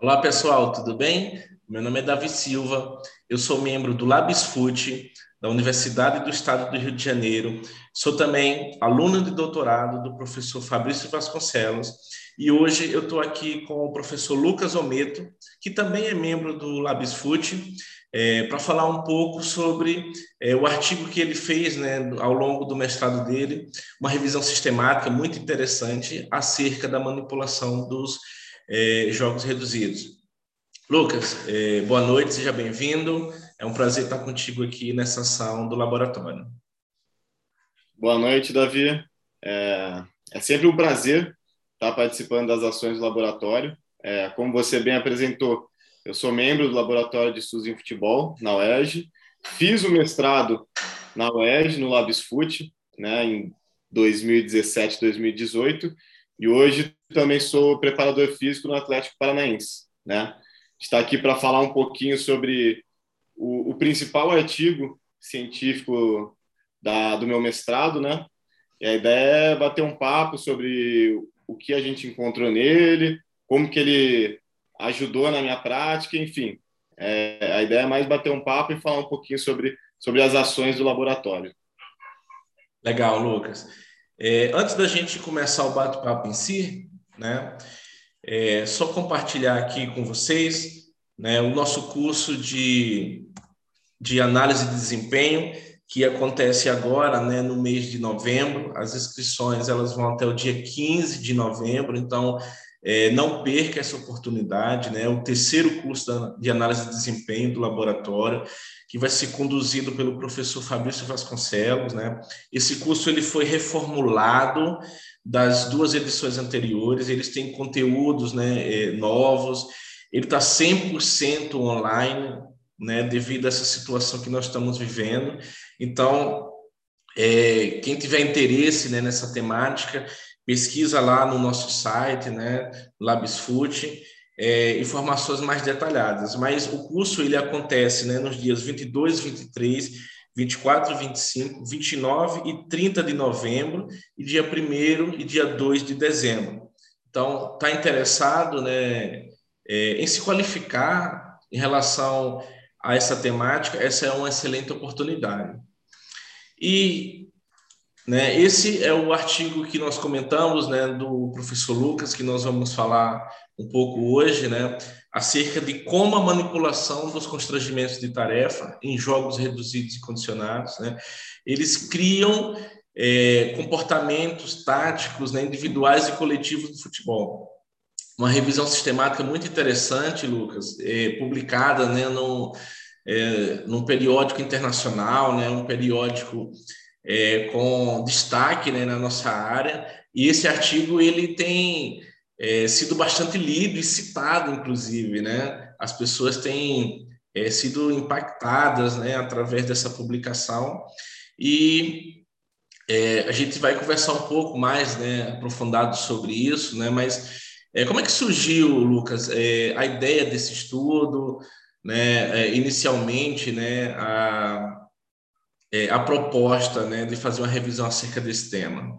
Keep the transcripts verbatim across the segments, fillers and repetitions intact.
Olá pessoal, tudo bem? Meu nome é Davi Silva, eu sou membro do LabsFoot, da Universidade do Estado do Rio de Janeiro. Sou também aluno de doutorado do professor Fabrício Vasconcelos e hoje eu estou aqui com o professor Lucas Ometo, que também é membro do LabsFoot, é, para falar um pouco sobre é, o artigo que ele fez, né, ao longo do mestrado dele, uma revisão sistemática muito interessante acerca da manipulação dos é, jogos reduzidos. Lucas, é, boa noite, seja bem-vindo. É um prazer estar contigo aqui nessa ação do laboratório. Boa noite, Davi. É, é sempre um prazer estar participando das ações do laboratório. É, como você bem apresentou, eu sou membro do Laboratório de Estudos em Futebol, na U E R J. Fiz o mestrado na U E R J, no LabsFoot, né, em dois mil e dezessete, dois mil e dezoito, e hoje também sou preparador físico no Atlético Paranaense. Né? Está aqui para falar um pouquinho sobre o, o principal artigo científico da, do meu mestrado, né? E a ideia é bater um papo sobre o que a gente encontrou nele, como que ele ajudou na minha prática, enfim. É, a ideia é mais bater um papo e falar um pouquinho sobre, sobre as ações do laboratório. Legal, Lucas. É, antes da gente começar o bate-papo em si, né, é, só compartilhar aqui com vocês, né, o nosso curso de, de análise de desempenho, que acontece agora, né, no mês de novembro. As inscrições elas vão até o dia quinze de novembro, então é, não perca essa oportunidade, né? O terceiro curso da, de análise de desempenho do laboratório, que vai ser conduzido pelo professor Fabrício Vasconcelos, né? Esse curso ele foi reformulado das duas edições anteriores, eles têm conteúdos, né, é, novos, ele está cem por cento online, né, devido a essa situação que nós estamos vivendo. Então, é, quem tiver interesse, né, nessa temática, pesquisa lá no nosso site, né, LabsFoot, é, informações mais detalhadas. Mas o curso ele acontece, né, nos dias vinte e dois, vinte e três, vinte e quatro, vinte e cinco, vinte e nove e trinta de novembro e dia primeiro e dia dois de dezembro. Então, está interessado, né, é, em se qualificar em relação a essa temática, essa é uma excelente oportunidade. E, né, esse é o artigo que nós comentamos, né, do professor Lucas, que nós vamos falar um pouco hoje, né, acerca de como a manipulação dos constrangimentos de tarefa em jogos reduzidos e condicionados, né, eles criam é, comportamentos táticos, né, individuais e coletivos do futebol. Uma revisão sistemática muito interessante, Lucas, é, publicada, né, no, é, num periódico internacional, né, um periódico é, com destaque, né, na nossa área. E esse artigo ele tem é, sido bastante lido e citado, inclusive, né? As pessoas têm é, sido impactadas, né, através dessa publicação. E é, a gente vai conversar um pouco mais, né, aprofundado sobre isso, né? Mas é, como é que surgiu, Lucas, é, a ideia desse estudo, né? É, inicialmente, né, a é, a proposta, né, de fazer uma revisão acerca desse tema?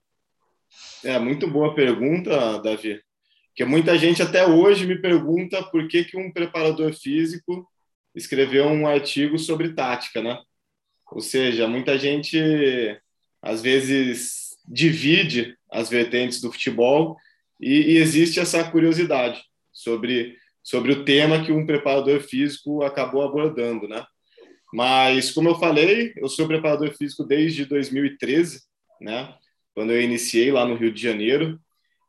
É muito boa pergunta, Davi, porque muita gente até hoje me pergunta por que que um preparador físico escreveu um artigo sobre tática, né? Ou seja, muita gente às vezes divide as vertentes do futebol e, e existe essa curiosidade sobre, sobre o tema que um preparador físico acabou abordando, né? Mas, como eu falei, eu sou preparador físico desde dois mil e treze, né? Quando eu iniciei lá no Rio de Janeiro.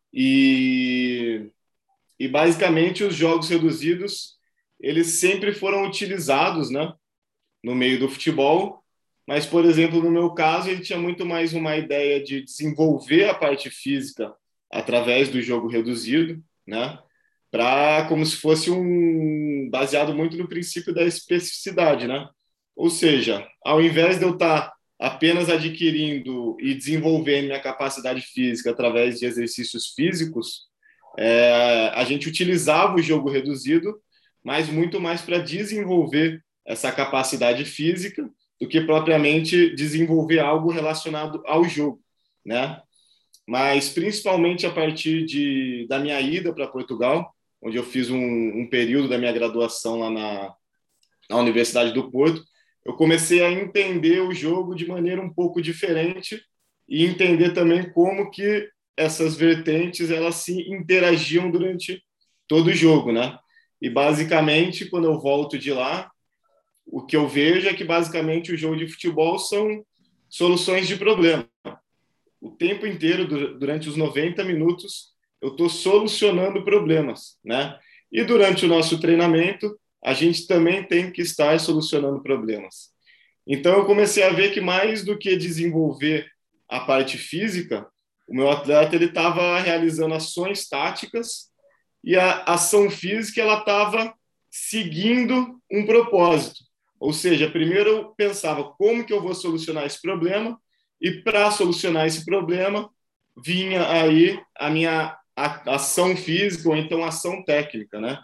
E, e basicamente os jogos reduzidos, eles sempre foram utilizados, né? No meio do futebol, mas, por exemplo, no meu caso, ele tinha muito mais uma ideia de desenvolver a parte física através do jogo reduzido, né? Para como se fosse um baseado muito no princípio da especificidade, né? Ou seja, ao invés de eu estar apenas adquirindo e desenvolvendo minha capacidade física através de exercícios físicos, é, a gente utilizava o jogo reduzido, mas muito mais para desenvolver essa capacidade física do que propriamente desenvolver algo relacionado ao jogo, né? Mas principalmente a partir de, da minha ida para Portugal, onde eu fiz um, um período da minha graduação lá na, na Universidade do Porto, eu comecei a entender o jogo de maneira um pouco diferente e entender também como que essas vertentes elas se interagiam durante todo o jogo, né? E basicamente, quando eu volto de lá, o que eu vejo é que basicamente o jogo de futebol são soluções de problema. O tempo inteiro, durante os noventa minutos, eu estou solucionando problemas, né? E durante o nosso treinamento, a gente também tem que estar solucionando problemas. Então, eu comecei a ver que mais do que desenvolver a parte física, o meu atleta ele estava realizando ações táticas e a ação física ela estava seguindo um propósito. Ou seja, primeiro eu pensava como que eu vou solucionar esse problema e para solucionar esse problema vinha aí a minha ação física ou então ação técnica, né?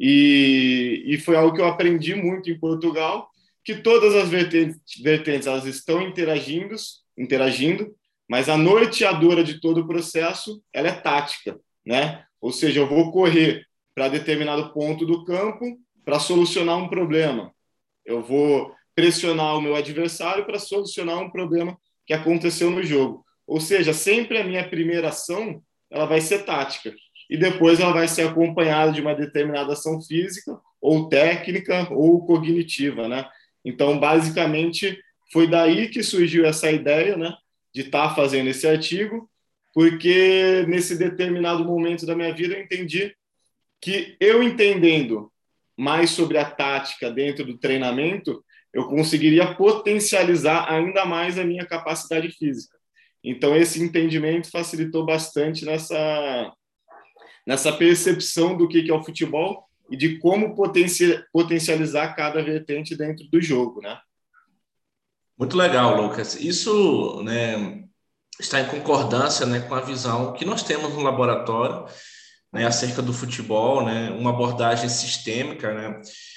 E, e foi algo que eu aprendi muito em Portugal, que todas as vertentes, vertentes elas estão interagindo, interagindo, mas a norteadora de todo o processo ela é tática, né? Ou seja, eu vou correr para determinado ponto do campo para solucionar um problema. Eu vou pressionar o meu adversário para solucionar um problema que aconteceu no jogo. Ou seja, sempre a minha primeira ação ela vai ser tática e depois ela vai ser acompanhada de uma determinada ação física ou técnica ou cognitiva, né? Então, basicamente, foi daí que surgiu essa ideia, né, de estar tá fazendo esse artigo, porque nesse determinado momento da minha vida eu entendi que eu entendendo mais sobre a tática dentro do treinamento, eu conseguiria potencializar ainda mais a minha capacidade física. Então, esse entendimento facilitou bastante nessa, nessa percepção do que é o futebol e de como potencializar cada vertente dentro do jogo, né? Muito legal, Lucas. Isso, né, está em concordância, né, com a visão que nós temos no laboratório, né, acerca do futebol, né, uma abordagem sistêmica, né,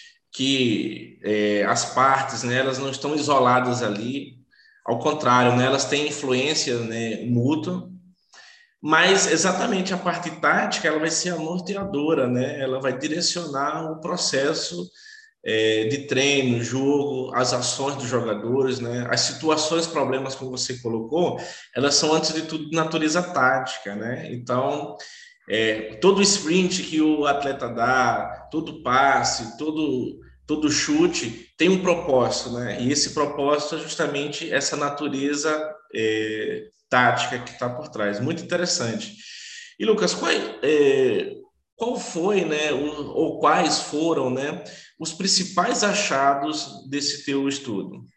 que é, as partes, né, elas não estão isoladas ali, ao contrário, né, elas têm influência, né, mútua, mas exatamente a parte tática ela vai ser a norteadora, né, ela vai direcionar o processo é, de treino, jogo, as ações dos jogadores, né? As situações, problemas, como você colocou, elas são, antes de tudo, de natureza tática, né? Então, é, todo sprint que o atleta dá, todo passe, todo, todo chute tem um propósito, né? E esse propósito é justamente essa natureza é, tática que está por trás. Muito interessante. E, Lucas, qual, é, qual foi, né, o, ou quais foram, né, os principais achados desse teu estudo?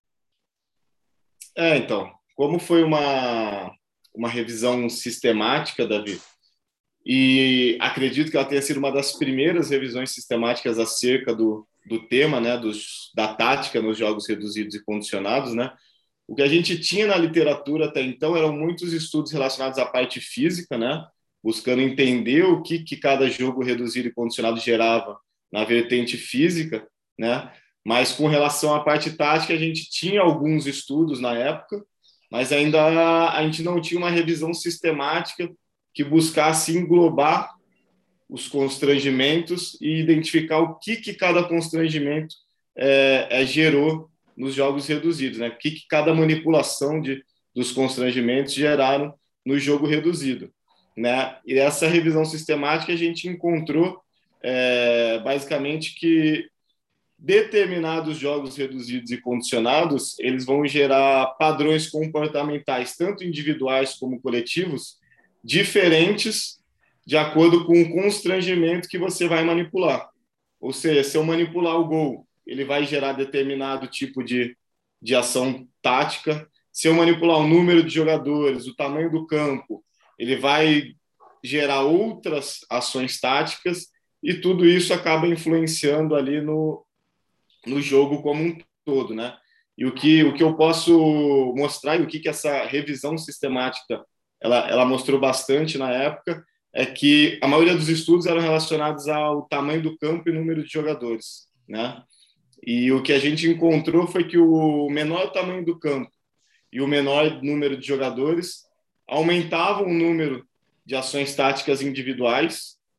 É, então, como foi uma, uma revisão sistemática, Davi, e acredito que ela tenha sido uma das primeiras revisões sistemáticas acerca do, do tema, né, dos, da tática nos jogos reduzidos e condicionados, né? O que a gente tinha na literatura até então eram muitos estudos relacionados à parte física, né? Buscando entender o que, que cada jogo reduzido e condicionado gerava na vertente física, né? Mas com relação à parte tática, a gente tinha alguns estudos na época, mas ainda a gente não tinha uma revisão sistemática que buscasse englobar os constrangimentos e identificar o que, que cada constrangimento é, é, gerou nos jogos reduzidos, né? O que, que cada manipulação de, dos constrangimentos geraram no jogo reduzido, né? E essa revisão sistemática a gente encontrou é, basicamente que determinados jogos reduzidos e condicionados eles vão gerar padrões comportamentais tanto individuais como coletivos diferentes de acordo com o constrangimento que você vai manipular. Ou seja, se eu manipular o gol, ele vai gerar determinado tipo de, de ação tática. Se eu manipular o número de jogadores, o tamanho do campo, ele vai gerar outras ações táticas e tudo isso acaba influenciando ali no, no jogo como um todo, né? E o que, o que eu posso mostrar e o que, que essa revisão sistemática ela, ela mostrou bastante na época é que a maioria dos estudos eram relacionados ao tamanho do campo e número de jogadores, né? E o que a gente encontrou foi que o menor tamanho do campo e o menor número de jogadores aumentavam o número de ações táticas individuais,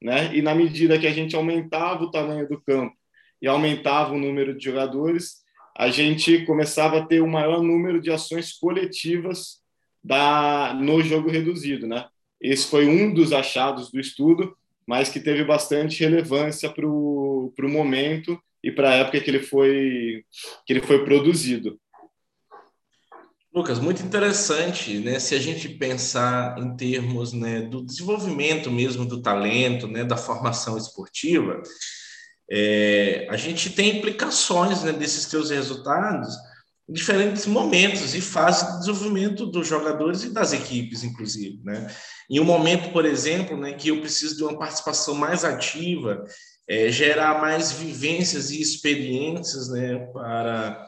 né? E na medida que a gente aumentava o tamanho do campo e aumentava o número de jogadores, a gente começava a ter um maior número de ações coletivas da, no jogo reduzido, né? Esse foi um dos achados do estudo, mas que teve bastante relevância para o momento e para a época que ele foi, que ele foi produzido. Lucas, muito interessante, né? Se a gente pensar em termos, né, do desenvolvimento mesmo do talento, né, da formação esportiva, é, a gente tem implicações, né, desses teus resultados em diferentes momentos e fases de desenvolvimento dos jogadores e das equipes, inclusive, né? Em um momento, por exemplo, né, que eu preciso de uma participação mais ativa, é, gerar mais vivências e experiências, né, para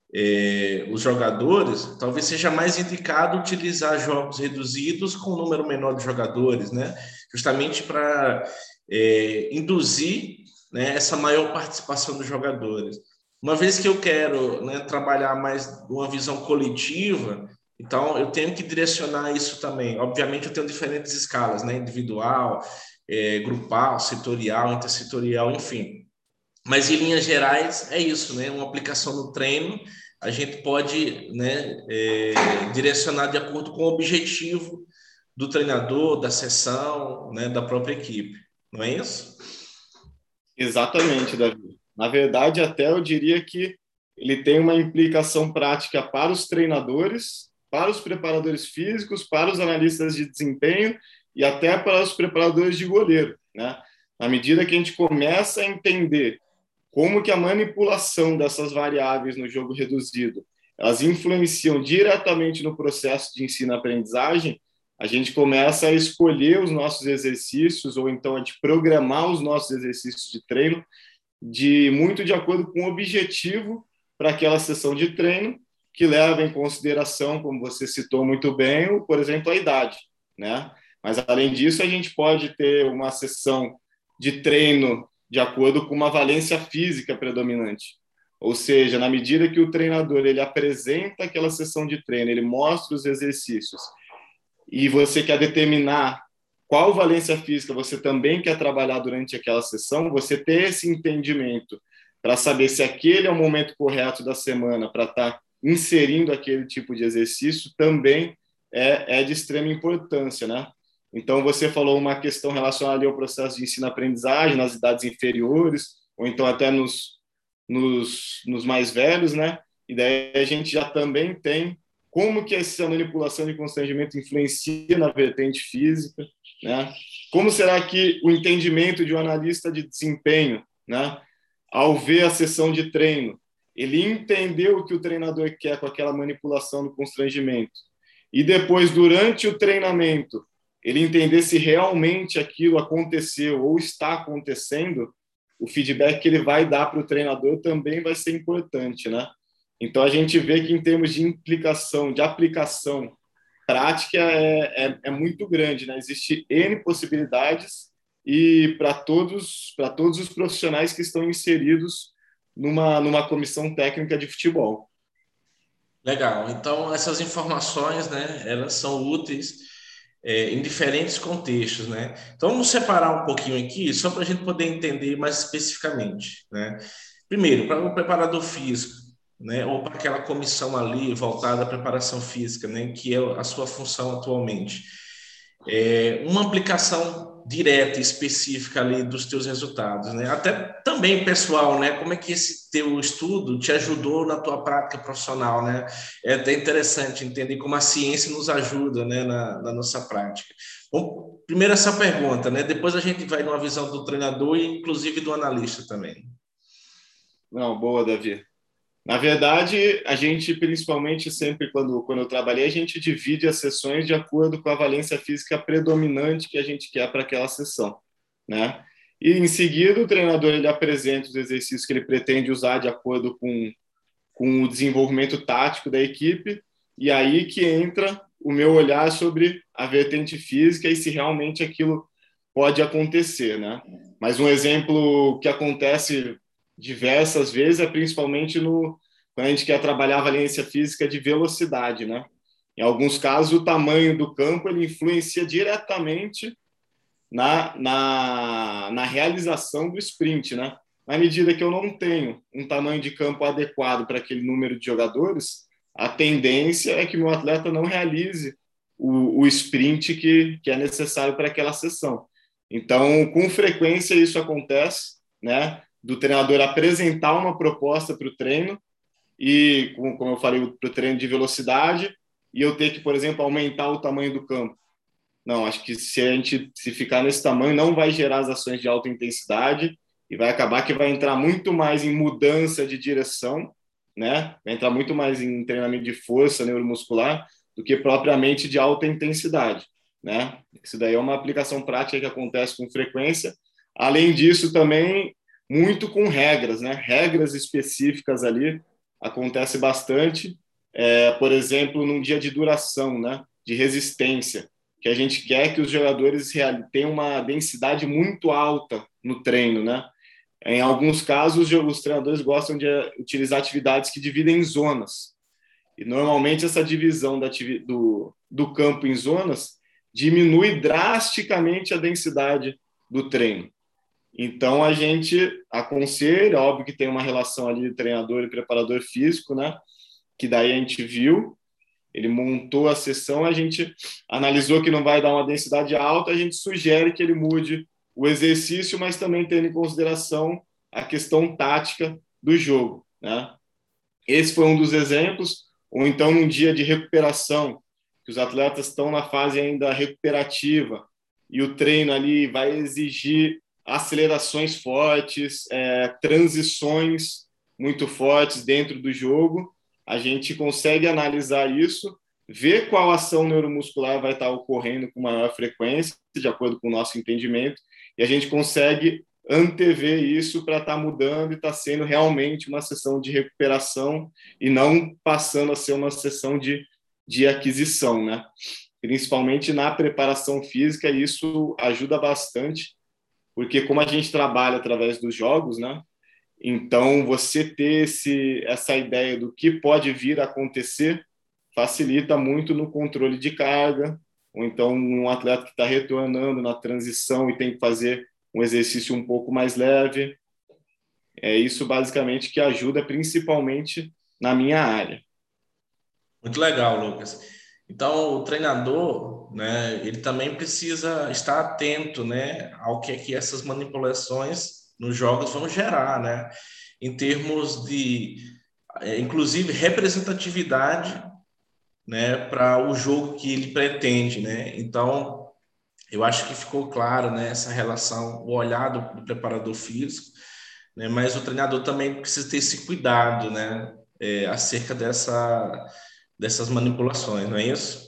é, os jogadores, talvez seja mais indicado utilizar jogos reduzidos com um número menor de jogadores, né? Justamente para é, induzir, né, essa maior participação dos jogadores. Uma vez que eu quero, né, trabalhar mais uma visão coletiva, então eu tenho que direcionar isso também. Obviamente, eu tenho diferentes escalas, né? Individual, é, grupal, setorial, intersetorial, enfim. Mas em linhas gerais é isso, né? Uma aplicação no treino a gente pode, né, é, direcionar de acordo com o objetivo do treinador, da sessão, né, da própria equipe. Não é isso? Exatamente, Davi. Na verdade, até eu diria que ele tem uma implicação prática para os treinadores, para os preparadores físicos, para os analistas de desempenho e até para os preparadores de goleiro, né? Na medida que a gente começa a entender como que a manipulação dessas variáveis no jogo reduzido, elas influenciam diretamente no processo de ensino-aprendizagem, a gente começa a escolher os nossos exercícios ou então a gente programar os nossos exercícios de treino de muito de acordo com o objetivo para aquela sessão de treino, que leva em consideração, como você citou muito bem, por exemplo, a idade, né? Mas além disso, a gente pode ter uma sessão de treino de acordo com uma valência física predominante. Ou seja, na medida que o treinador ele apresenta aquela sessão de treino, ele mostra os exercícios e você quer determinar qual valência física você também quer trabalhar durante aquela sessão, você ter esse entendimento para saber se aquele é o momento correto da semana para estar inserindo aquele tipo de exercício também é, é de extrema importância, né? Então, você falou uma questão relacionada ao processo de ensino-aprendizagem nas idades inferiores, ou então até nos, nos, nos mais velhos, né? E daí a gente já também tem como que essa manipulação de constrangimento influencia na vertente física, né? Como será que o entendimento de um analista de desempenho, né, ao ver a sessão de treino, ele entendeu o que o treinador quer com aquela manipulação do constrangimento, e depois, durante o treinamento, ele entender se realmente aquilo aconteceu ou está acontecendo, o feedback que ele vai dar para o treinador também vai ser importante, né? Então, a gente vê que, em termos de implicação, de aplicação prática, é, é, é muito grande, né? Existem N possibilidades e para todos, para todos os profissionais que estão inseridos numa, numa comissão técnica de futebol. Legal. Então, essas informações, né, elas são úteis é, em diferentes contextos, né? Então, vamos separar um pouquinho aqui, só para a gente poder entender mais especificamente, né? Primeiro, para o preparador físico, né, ou para aquela comissão ali voltada à preparação física, né, que é a sua função atualmente. É, uma aplicação direta, específica ali dos teus resultados, né? Até também pessoal, né? Como é que esse teu estudo te ajudou na tua prática profissional, né? É até interessante entender como a ciência nos ajuda, né, na, na nossa prática. Bom, primeiro essa pergunta, né? Depois a gente vai numa visão do treinador e inclusive do analista também. Não, boa, Davi. Na verdade, a gente, principalmente sempre quando, quando eu trabalhei, a gente divide as sessões de acordo com a valência física predominante que a gente quer para aquela sessão, né? E em seguida o treinador ele apresenta os exercícios que ele pretende usar de acordo com, com o desenvolvimento tático da equipe, e aí que entra o meu olhar sobre a vertente física e se realmente aquilo pode acontecer, né? Mas um exemplo que acontece diversas vezes é principalmente no, quando a gente quer trabalhar a valência física de velocidade, né? Em alguns casos, o tamanho do campo ele influencia diretamente na, na, na realização do sprint, né? Na medida que eu não tenho um tamanho de campo adequado para aquele número de jogadores, a tendência é que meu atleta não realize o, o sprint que, que é necessário para aquela sessão. Então, com frequência, isso acontece, né? Do treinador apresentar uma proposta para o treino, e, como eu falei, para o treino de velocidade, e eu ter que, por exemplo, aumentar o tamanho do campo. Não, acho que se a gente se ficar nesse tamanho, não vai gerar as ações de alta intensidade e vai acabar que vai entrar muito mais em mudança de direção, né? Vai entrar muito mais em treinamento de força neuromuscular do que propriamente de alta intensidade, né? Isso daí é uma aplicação prática que acontece com frequência. Além disso, também muito com regras, né? Regras específicas ali acontece bastante. É, por exemplo, num dia de duração, né? De resistência, que a gente quer que os jogadores tenham uma densidade muito alta no treino, né? Em alguns casos, os treinadores gostam de utilizar atividades que dividem em zonas. E, normalmente, essa divisão do, do campo em zonas diminui drasticamente a densidade do treino. Então, a gente aconselha, óbvio que tem uma relação ali de treinador e preparador físico, né? Que daí a gente viu, ele montou a sessão, a gente analisou que não vai dar uma densidade alta, a gente sugere que ele mude o exercício, mas também tendo em consideração a questão tática do jogo, né? Esse foi um dos exemplos. Ou então, num dia de recuperação, que os atletas estão na fase ainda recuperativa e o treino ali vai exigir acelerações fortes, é, transições muito fortes dentro do jogo, a gente consegue analisar isso, ver qual ação neuromuscular vai estar ocorrendo com maior frequência, de acordo com o nosso entendimento, e a gente consegue antever isso para estar mudando e estar sendo realmente uma sessão de recuperação e não passando a ser uma sessão de, de aquisição, né? Principalmente na preparação física, isso ajuda bastante, porque como a gente trabalha através dos jogos, né? Então, você ter esse, essa ideia do que pode vir a acontecer facilita muito no controle de carga, ou então um atleta que está retornando na transição e tem que fazer um exercício um pouco mais leve. É isso, basicamente, que ajuda principalmente na minha área. Muito legal, Lucas. Então, o treinador, né, ele também precisa estar atento, né, ao que é que essas manipulações nos jogos vão gerar, né, em termos de, inclusive, representatividade, né, para o jogo que ele pretende, né. Então, eu acho que ficou claro, né, essa relação, o olhar do, do preparador físico, né, mas o treinador também precisa ter esse cuidado, né, é, acerca dessa dessas manipulações, não é isso?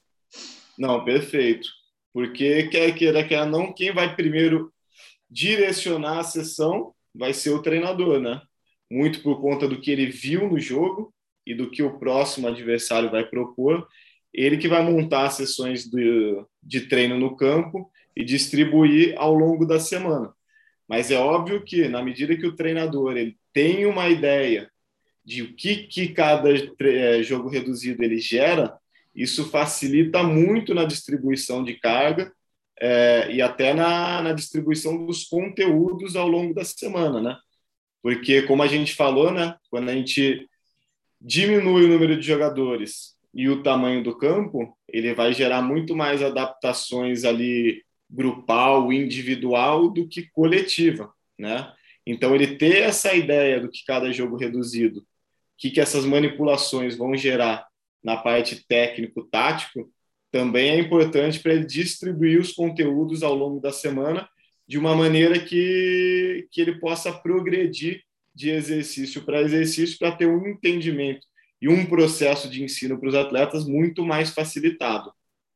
Não, perfeito. Porque quer queira, quer não, quem vai primeiro direcionar a sessão vai ser o treinador, né? Muito por conta do que ele viu no jogo e do que o próximo adversário vai propor. Ele que vai montar as sessões de, de treino no campo e distribuir ao longo da semana. Mas é óbvio que, na medida que o treinador ele tem uma ideia de o que, que cada é, jogo reduzido ele gera, isso facilita muito na distribuição de carga é, e até na, na distribuição dos conteúdos ao longo da semana, né? Porque, como a gente falou, né, quando a gente diminui o número de jogadores e o tamanho do campo, ele vai gerar muito mais adaptações ali grupal, individual, do que coletiva, né? Então, ele ter essa ideia do que cada jogo reduzido, que, que essas manipulações vão gerar na parte técnico-tático, também é importante para ele distribuir os conteúdos ao longo da semana de uma maneira que, que ele possa progredir de exercício para exercício para ter um entendimento e um processo de ensino para os atletas muito mais facilitado.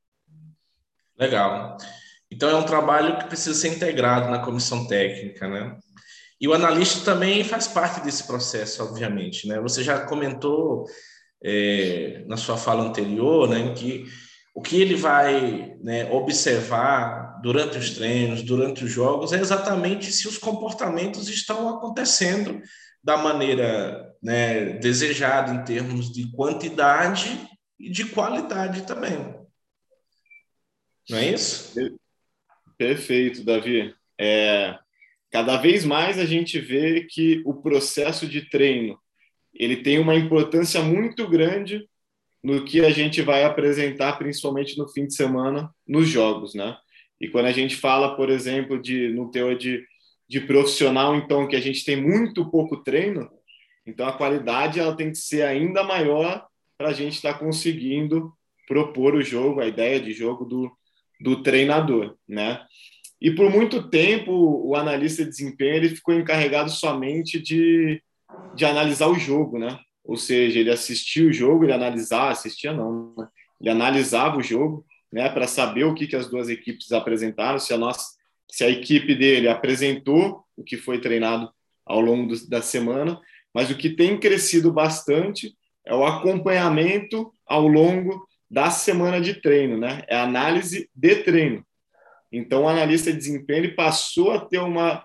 Legal. Então é um trabalho que precisa ser integrado na comissão técnica, né? E o analista também faz parte desse processo, obviamente, né? Você já comentou é, na sua fala anterior, né, que o que ele vai, né, observar durante os treinos, durante os jogos, é exatamente se os comportamentos estão acontecendo da maneira, né, desejada em termos de quantidade e de qualidade também. Não é isso? Perfeito, Davi. É, cada vez mais a gente vê que o processo de treino ele tem uma importância muito grande no que a gente vai apresentar, principalmente no fim de semana, nos jogos, né? E quando a gente fala, por exemplo, de no teor de, de profissional, então, que a gente tem muito pouco treino, então a qualidade ela tem que ser ainda maior para a gente estar tá conseguindo propor o jogo, a ideia de jogo do, do treinador, né? E por muito tempo o analista de desempenho ele ficou encarregado somente de, de analisar o jogo, né? Ou seja, ele assistia o jogo, ele analisava, assistia não, né? Ele analisava o jogo, né, para saber o que, que as duas equipes apresentaram, se a nossa, se a equipe dele apresentou o que foi treinado ao longo do, da semana, mas o que tem crescido bastante é o acompanhamento ao longo da semana de treino, né? É a análise de treino. Então, o analista de desempenho ele passou a ter uma,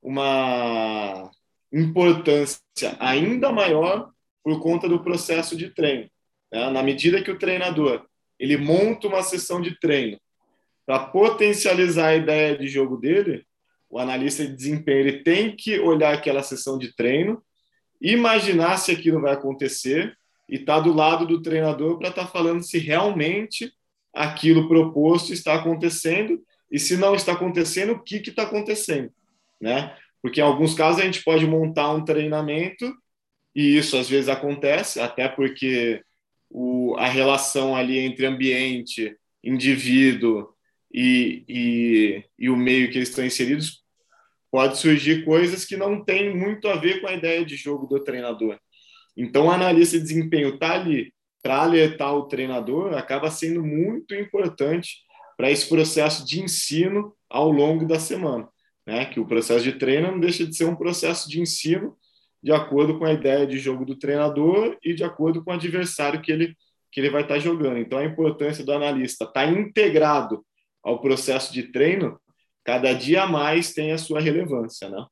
uma importância ainda maior por conta do processo de treino, né? Na medida que o treinador ele monta uma sessão de treino para potencializar a ideia de jogo dele, o analista de desempenho ele tem que olhar aquela sessão de treino, imaginar se aquilo vai acontecer e estar tá do lado do treinador para estar tá falando se realmente aquilo proposto está acontecendo e se não está acontecendo, o que está acontecendo, né? Porque em alguns casos a gente pode montar um treinamento e isso às vezes acontece, até porque o, a relação ali entre ambiente, indivíduo e, e, e o meio que eles estão inseridos pode surgir coisas que não tem muito a ver com a ideia de jogo do treinador. Então, o analista de desempenho está ali para alertar o treinador, acaba sendo muito importante para esse processo de ensino ao longo da semana, né? Que o processo de treino não deixa de ser um processo de ensino de acordo com a ideia de jogo do treinador e de acordo com o adversário que ele, que ele vai estar jogando. Então, a importância do analista estar integrado ao processo de treino, cada dia mais tem a sua relevância, né?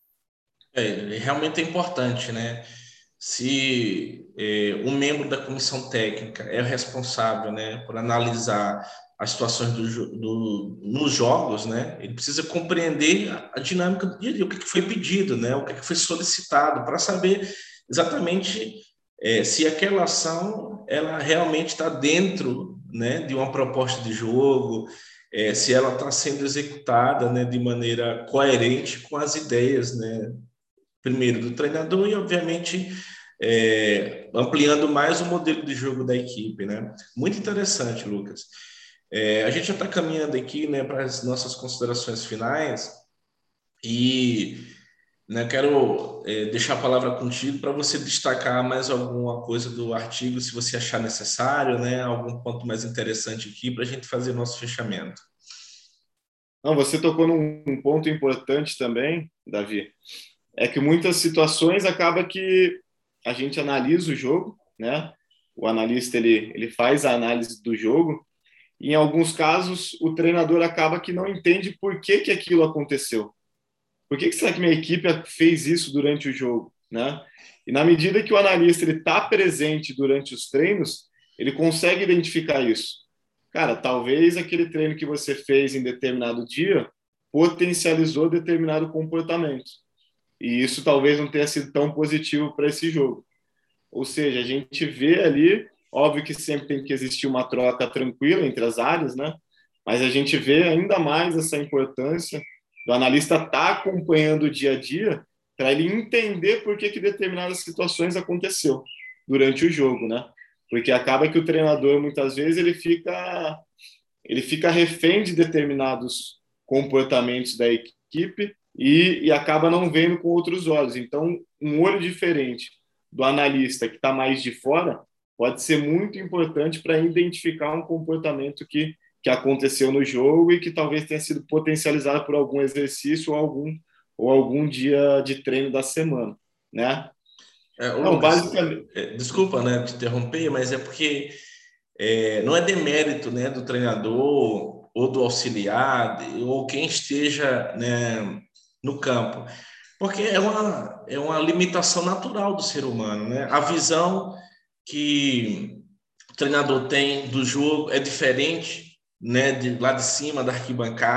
É, realmente é importante, né? Se é, um membro da comissão técnica é responsável, né, por analisar as situações do, do, nos jogos, né, ele precisa compreender a, a dinâmica do dia a dia, o que, que foi pedido, né, o que, que foi solicitado, para saber exatamente é, se aquela ação ela realmente está dentro, né, de uma proposta de jogo, é, se ela está sendo executada, né, de maneira coerente com as ideias, né, primeiro do treinador e, obviamente, é, ampliando mais o modelo de jogo da equipe, né? Muito interessante, Lucas. É, a gente já está caminhando aqui, né, para as nossas considerações finais e, né, quero é, deixar a palavra contigo para você destacar mais alguma coisa do artigo, se você achar necessário, né, algum ponto mais interessante aqui para a gente fazer nosso fechamento. Não, você tocou num ponto importante também, Davi, é que muitas situações acaba que a gente analisa o jogo, né? O analista ele, ele faz a análise do jogo e em alguns casos o treinador acaba que não entende por que, que aquilo aconteceu. Por que, que será que minha equipe fez isso durante o jogo, né? E na medida que o analista ele está presente durante os treinos, ele consegue identificar isso. Cara, talvez aquele treino que você fez em determinado dia potencializou determinado comportamento. E isso talvez não tenha sido tão positivo para esse jogo. Ou seja, a gente vê ali, óbvio que sempre tem que existir uma troca tranquila entre as áreas, né? Mas a gente vê ainda mais essa importância do analista estar tá acompanhando o dia a dia para ele entender por que, que determinadas situações aconteceu durante o jogo, né? Porque acaba que o treinador, muitas vezes, ele fica, ele fica refém de determinados comportamentos da equipe e, e acaba não vendo com outros olhos. Então, um olho diferente do analista que está mais de fora pode ser muito importante para identificar um comportamento que, que aconteceu no jogo e que talvez tenha sido potencializado por algum exercício ou algum, ou algum dia de treino da semana, né? É, ô Não, Lucas, basicamente... é, desculpa, né, te interromper, mas é porque é, não é demérito, né, do treinador ou do auxiliar ou quem esteja, né, no campo, porque é uma, é uma limitação natural do ser humano, né? A visão que o treinador tem do jogo é diferente, né, de lá de cima da arquibancada,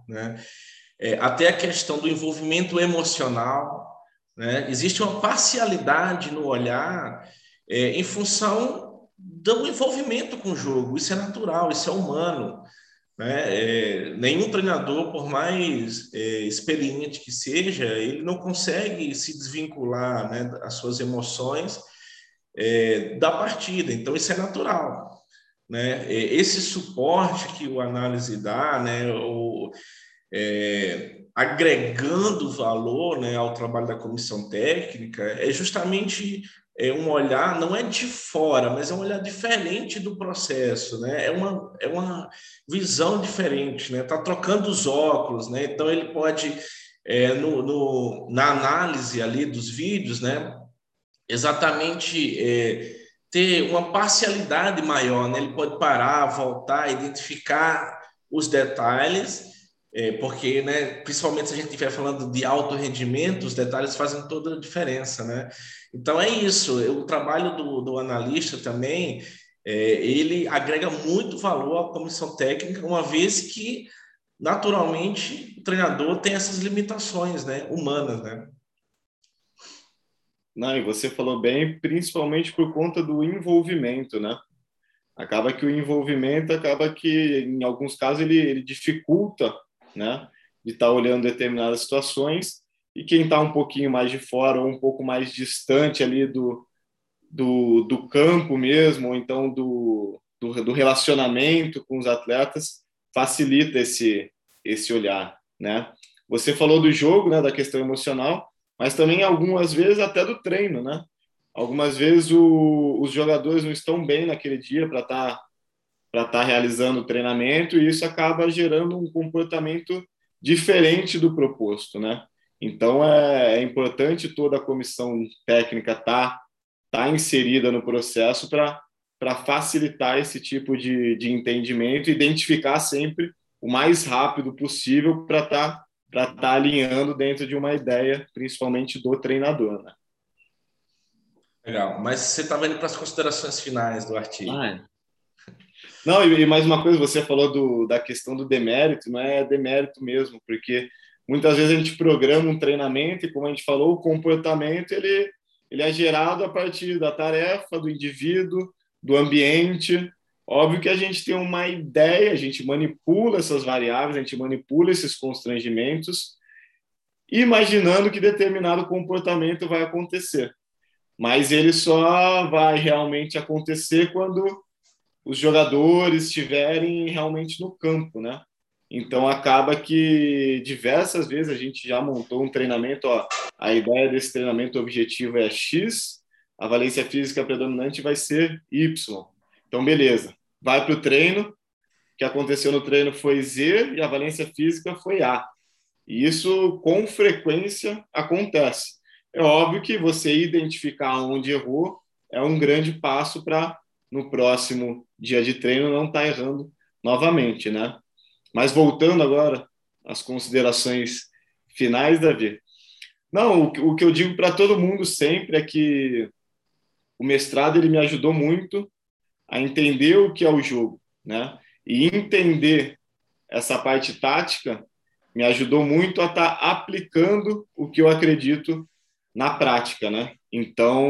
né? É, até a questão do envolvimento emocional, né? Existe uma parcialidade no olhar é, em função do envolvimento com o jogo. Isso é natural, isso é humano, né? É, nenhum treinador, por mais é, experiente que seja, ele não consegue se desvincular, né, das suas emoções é, da partida. Então, isso é natural, né? Esse suporte que o análise dá, né, o, é, agregando valor, né, ao trabalho da comissão técnica, é justamente é, um olhar, não é de fora, mas é um olhar diferente do processo, né? É uma, é uma visão diferente, né? Tá trocando os óculos, né? Então ele pode, é, no, no, na análise ali dos vídeos, né, exatamente é, ter uma parcialidade maior, né? Ele pode parar, voltar, identificar os detalhes, é, porque, né, principalmente se a gente estiver falando de alto rendimento, os detalhes fazem toda a diferença, né? Então é isso. O trabalho do, do analista também, é, ele agrega muito valor à comissão técnica, uma vez que naturalmente o treinador tem essas limitações, né, humanas, né? Não, e você falou bem, principalmente por conta do envolvimento, né? Acaba que o envolvimento acaba que, em alguns casos, ele, ele dificulta, né, de estar olhando determinadas situações, e quem está um pouquinho mais de fora ou um pouco mais distante ali do, do, do campo mesmo, ou então do, do, do relacionamento com os atletas, facilita esse, esse olhar, né? Você falou do jogo, né, da questão emocional, mas também algumas vezes até do treino, né? Algumas vezes o, os jogadores não estão bem naquele dia para estar para estar realizando o treinamento, e isso acaba gerando um comportamento diferente do proposto, né? Então é, é importante toda a comissão técnica estar tá, tá inserida no processo para para facilitar esse tipo de, de entendimento, identificar sempre o mais rápido possível para estar para estar alinhando dentro de uma ideia, principalmente do treinador, né? Legal. Mas você está vendo para as considerações finais do artigo. Ah, é. Não, e, e mais uma coisa, você falou do, da questão do demérito, não é demérito mesmo, porque muitas vezes a gente programa um treinamento e, como a gente falou, o comportamento ele, ele é gerado a partir da tarefa, do indivíduo, do ambiente. Óbvio que a gente tem uma ideia, a gente manipula essas variáveis, a gente manipula esses constrangimentos, imaginando que determinado comportamento vai acontecer. Mas ele só vai realmente acontecer quando os jogadores estiverem realmente no campo, né? Então acaba que diversas vezes a gente já montou um treinamento, ó, a ideia desse treinamento objetivo é X, a valência física predominante vai ser Y. Então beleza, vai para o treino, o que aconteceu no treino foi Z e a valência física foi A. E isso com frequência acontece. É óbvio que você identificar onde errou é um grande passo para no próximo dia de treino não estar tá errando novamente, né? Mas voltando agora às considerações finais, Davi. Não, o que eu digo para todo mundo sempre é que o mestrado ele me ajudou muito a entender o que é o jogo, né? E entender essa parte tática me ajudou muito a estar tá aplicando o que eu acredito na prática, né? Então,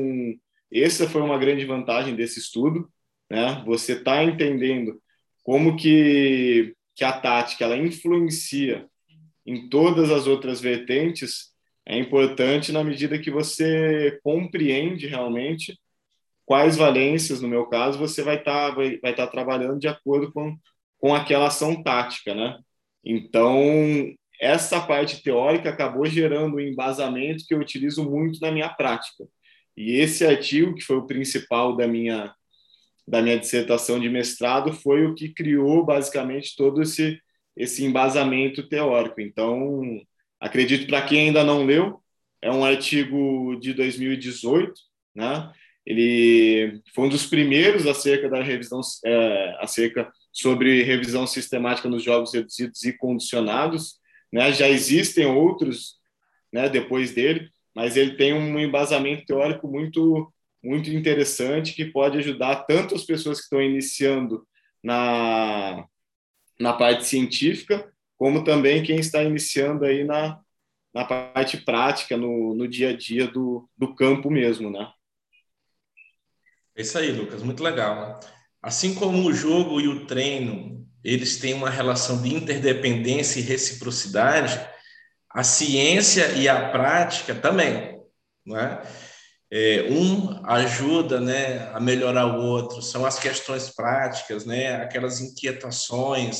essa foi uma grande vantagem desse estudo, né? Você está entendendo como que, que a tática ela influencia em todas as outras vertentes, é importante na medida que você compreende realmente quais valências, no meu caso, você vai estar tá, vai, vai tá trabalhando de acordo com, com aquela ação tática, né? Então, essa parte teórica acabou gerando um embasamento que eu utilizo muito na minha prática. E esse artigo, que foi o principal da minha, da minha dissertação de mestrado, foi o que criou, basicamente, todo esse, esse embasamento teórico. Então, acredito, para quem ainda não leu, é um artigo de dois mil e dezoito, né? Ele foi um dos primeiros acerca da revisão, é, acerca sobre revisão sistemática nos jogos reduzidos e condicionados, né? Já existem outros, né, depois dele, mas ele tem um embasamento teórico muito, muito interessante que pode ajudar tanto as pessoas que estão iniciando na, na parte científica, como também quem está iniciando aí na, na parte prática, no, no dia a dia do, do campo mesmo, né? É isso aí, Lucas, muito legal. Assim como o jogo e o treino, eles têm uma relação de interdependência e reciprocidade, a ciência e a prática também, não é? É, um ajuda, né, a melhorar o outro, são as questões práticas, né, aquelas inquietações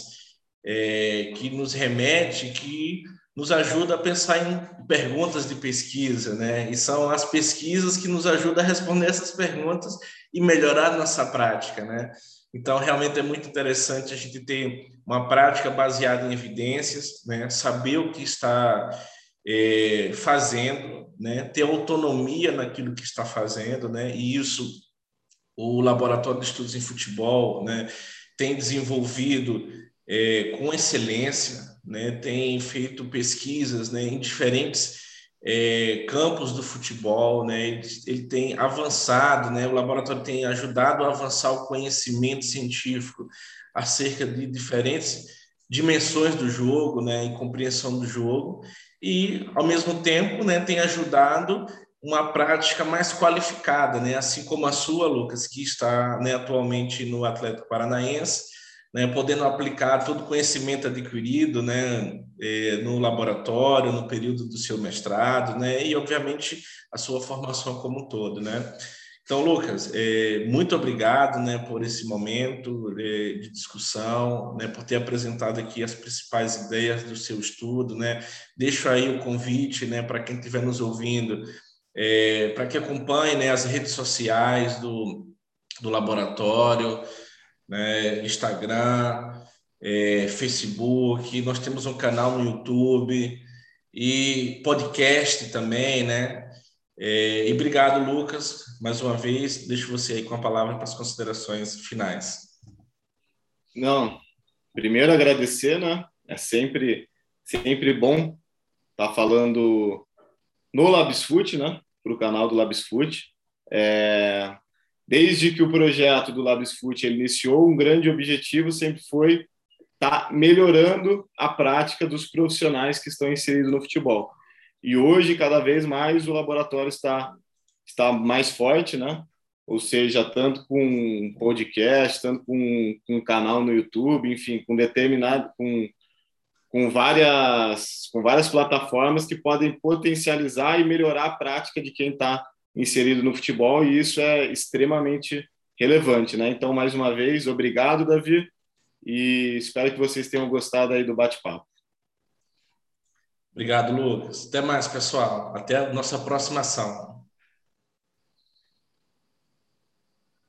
é, que nos remete, que nos ajuda a pensar em perguntas de pesquisa, né, e são as pesquisas que nos ajudam a responder essas perguntas e melhorar nossa prática, né. Então, realmente é muito interessante a gente ter uma prática baseada em evidências, né, saber o que está é, fazendo, né, ter autonomia naquilo que está fazendo, né, e isso o Laboratório de Estudos em Futebol, né, tem desenvolvido é, com excelência, né, tem feito pesquisas, né, em diferentes é, campos do futebol, né, ele, ele tem avançado, né, o laboratório tem ajudado a avançar o conhecimento científico acerca de diferentes dimensões do jogo, né, e compreensão do jogo, e ao mesmo tempo, né, tem ajudado uma prática mais qualificada, né? Assim como a sua, Lucas, que está, né, atualmente no Atlético Paranaense, né, podendo aplicar todo o conhecimento adquirido, né, eh, no laboratório, no período do seu mestrado, né, e obviamente a sua formação como um todo, né? Então, Lucas, eh, muito obrigado, né, por esse momento eh, de discussão, né, por ter apresentado aqui as principais ideias do seu estudo, né? Deixo aí o convite, né, para quem estiver nos ouvindo, é, para que acompanhe, né, as redes sociais do, do laboratório, né, Instagram, é, Facebook, nós temos um canal no YouTube e podcast também, né? É, e obrigado, Lucas, mais uma vez. Deixo você aí com a palavra para as considerações finais. Não, primeiro agradecer, né? É sempre, sempre bom estar falando no Labsfoot, né? Para o canal do Labsfoot. É, desde que o projeto do Labsfoot iniciou, um grande objetivo sempre foi estar melhorando a prática dos profissionais que estão inseridos no futebol. E hoje, cada vez mais, o laboratório está, está mais forte, né? Ou seja, tanto com podcast, tanto com, com um canal no YouTube, enfim, com determinado, com, com, várias, com várias plataformas que podem potencializar e melhorar a prática de quem está inserido no futebol, e isso é extremamente relevante, né? Então, mais uma vez, obrigado, Davi, e espero que vocês tenham gostado aí do bate-papo. Obrigado, Lucas. Até mais, pessoal. Até a nossa próxima ação.